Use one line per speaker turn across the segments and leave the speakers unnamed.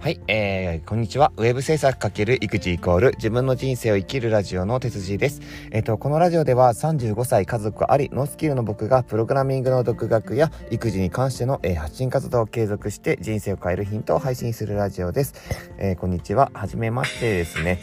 はい、こんにちは。ウェブ制作×育児イコール自分の人生を生きるラジオの哲司です。このラジオでは35歳家族ありノースキルの僕がプログラミングの独学や育児に関しての、発信活動を継続して人生を変えるヒントを配信するラジオです。こんにちは。はじめましてですね。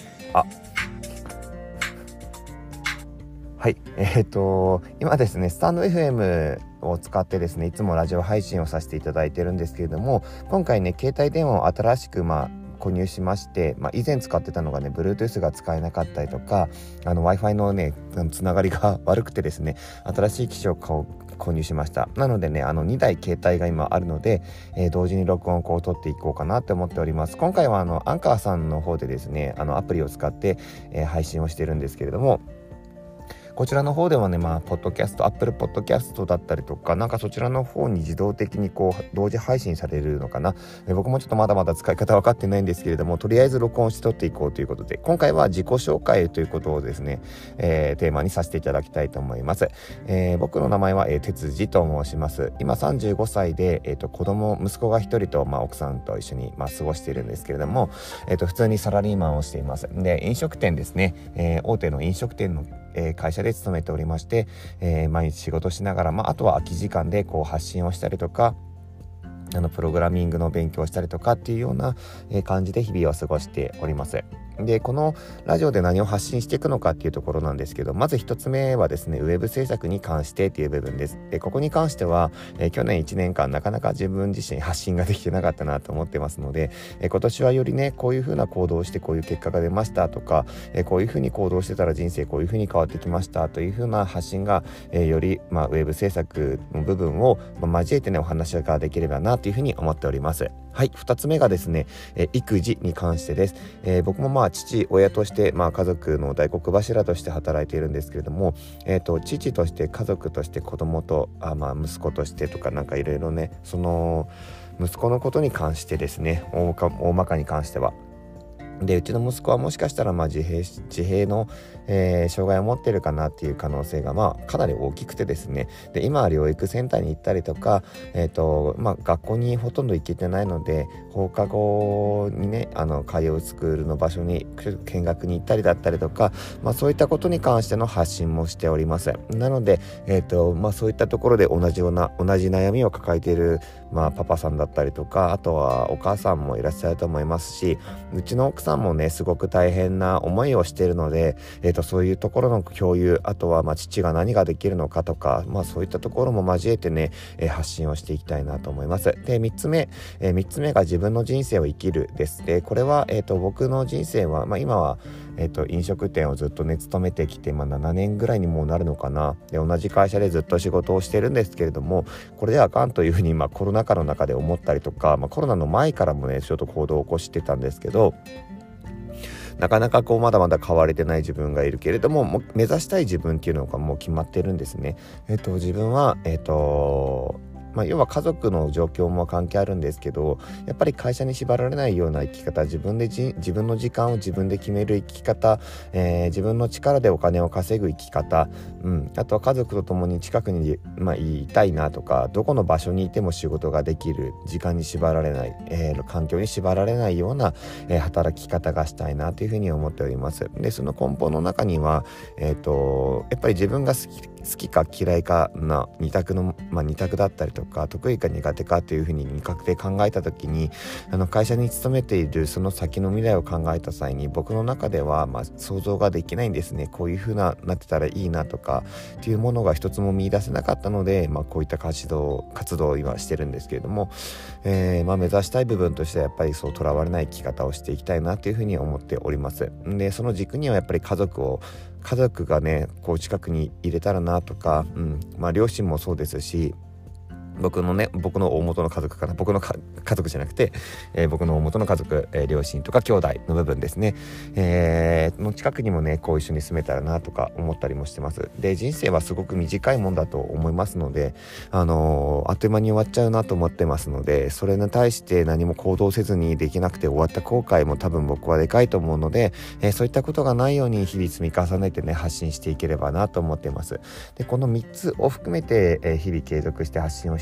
はい、今ですねスタンド FM を使ってですねいつもラジオ配信をさせていただいてるんですけれども、今回ね携帯電話を新しく購入しまして、以前使ってたのがね Bluetooth が使えなかったりとかWi-Fi のねつながりが悪くてですね、新しい機種を購入しました。なのでね2台携帯が今あるので、同時に録音を取っていこうかなと思っております。今回はアンカーさんの方でですねアプリを使って、配信をしているんですけれども、こちらの方ではね、ポッドキャスト、Apple ポッドキャストだったりとか、そちらの方に自動的に同時配信されるのかな。僕もちょっとまだまだ使い方分かってないんですけれども、とりあえず録音して撮っていこうということで、今回は自己紹介ということをですね、テーマにさせていただきたいと思います。僕の名前は、哲司と申します。今35歳で、息子が一人と、奥さんと一緒に、過ごしているんですけれども、普通にサラリーマンをしています。で、飲食店ですね、大手の飲食店の会社で勤めておりまして、毎日仕事しながら、あとは空き時間で発信をしたりとか、プログラミングの勉強をしたりとかっていうような感じで日々を過ごしております。で、このラジオで何を発信していくのかっていうところなんですけど、まず一つ目はですねウェブ制作に関してっていう部分です。で、ここに関しては、去年1年間なかなか自分自身発信ができてなかったなと思ってますので、今年はよりねこういう風な行動をしてこういう結果が出ましたとか、こういう風に行動してたら人生こういう風に変わってきましたという風な発信が、より、ウェブ制作の部分を、交えてねお話ができればなという風に思っております。はい、2つ目がですね、育児に関してです。僕も父親として、家族の大黒柱として働いているんですけれども、父として家族として子供と息子としてとかいろいろね、その息子のことに関してですね、大まかに関してはで、うちの息子はもしかしたら自閉の、障害を持っているかなっていう可能性がかなり大きくてですね、で今は療育センターに行ったりとか、学校にほとんど行けてないので放課後にね通うスクールの場所に見学に行ったりだったりとか、そういったことに関しての発信もしております。なので、そういったところで同じ悩みを抱えている、パパさんだったりとか、あとはお母さんもいらっしゃると思いますし、うちの奥さんもねすごく大変な思いをしているので、そういうところの共有、あとは父が何ができるのかとか、そういったところも交えてね、発信をしていきたいなと思います。で、3つ目が自分の人生を生きるです。で、これは、僕の人生は、今は、飲食店をずっとね勤めてきて、7年ぐらいにもうなるのかな。で、同じ会社でずっと仕事をしてるんですけれども、これではあかんというふうに、コロナ禍の中で思ったりとか、コロナの前からもねちょっと行動を起こしてたんですけど、なかなかまだまだ変われてない自分がいるけれども、目指したい自分っていうのがもう決まってるんですね。自分は要は家族の状況も関係あるんですけど、やっぱり会社に縛られないような生き方、自分の時間を自分で決める生き方、自分の力でお金を稼ぐ生き方、あとは家族と共に近くに、いたいなとか、どこの場所にいても仕事ができる、時間に縛られない、環境に縛られないような、働き方がしたいなというふうに思っております。で、その根本の中には、やっぱり自分が好きか嫌いかな二択だったりとか、得意か苦手かというふうに二択で考えた時に、会社に勤めているその先の未来を考えた際に、僕の中では想像ができないんですね。こういうふうなってたらいいなとかっていうものが一つも見出せなかったので、こういった活動を今してるんですけれども、目指したい部分としてはやっぱりそうとらわれない生き方をしていきたいなというふうに思っております。で、その軸にはやっぱり家族がね近くに入れたらなとか、両親もそうですし、僕の大元の家族かな、僕の家族じゃなくて、僕の大元の家族、両親とか兄弟の部分ですね、の近くにもね一緒に住めたらなとか思ったりもしてます。で、人生はすごく短いもんだと思いますので、あっという間に終わっちゃうなと思ってますので、それに対して何も行動せずにできなくて終わった後悔も多分僕はでかいと思うので、そういったことがないように日々積み重ねてね発信していければなと思っています。で、この3つを含めて、日々継続して発信をし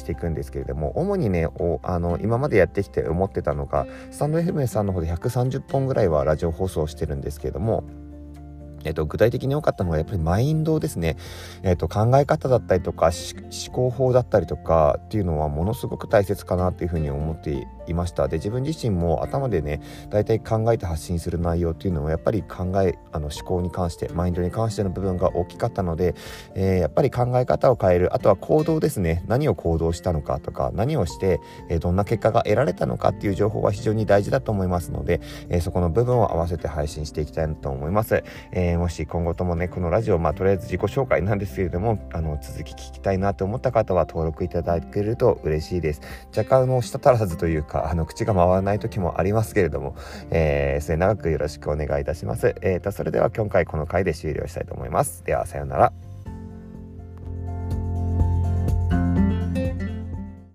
していくんですけれども、主にね今までやってきて思ってたのが、スタンド FM さんの方で130本ぐらいはラジオ放送してるんですけれども、具体的に多かったのがやっぱりマインドですね。考え方だったりとか思考法だったりとかっていうのはものすごく大切かなっていうふうに思っていました。で、自分自身も頭でねだいたい考えて発信する内容っていうのはやっぱり思考に関してマインドに関しての部分が大きかったので、やっぱり考え方を変える、あとは行動ですね。何を行動したのかとか、何をして、どんな結果が得られたのかっていう情報は非常に大事だと思いますので、そこの部分を合わせて配信していきたいなと思います。もし今後ともねこのラジオ、とりあえず自己紹介なんですけれども、続き聞きたいなと思った方は登録いただけると嬉しいです。若干舌足らずというか口が回らない時もありますけれども、末永くよろしくお願いいたします。それでは今回この回で終了したいと思います。ではさようなら。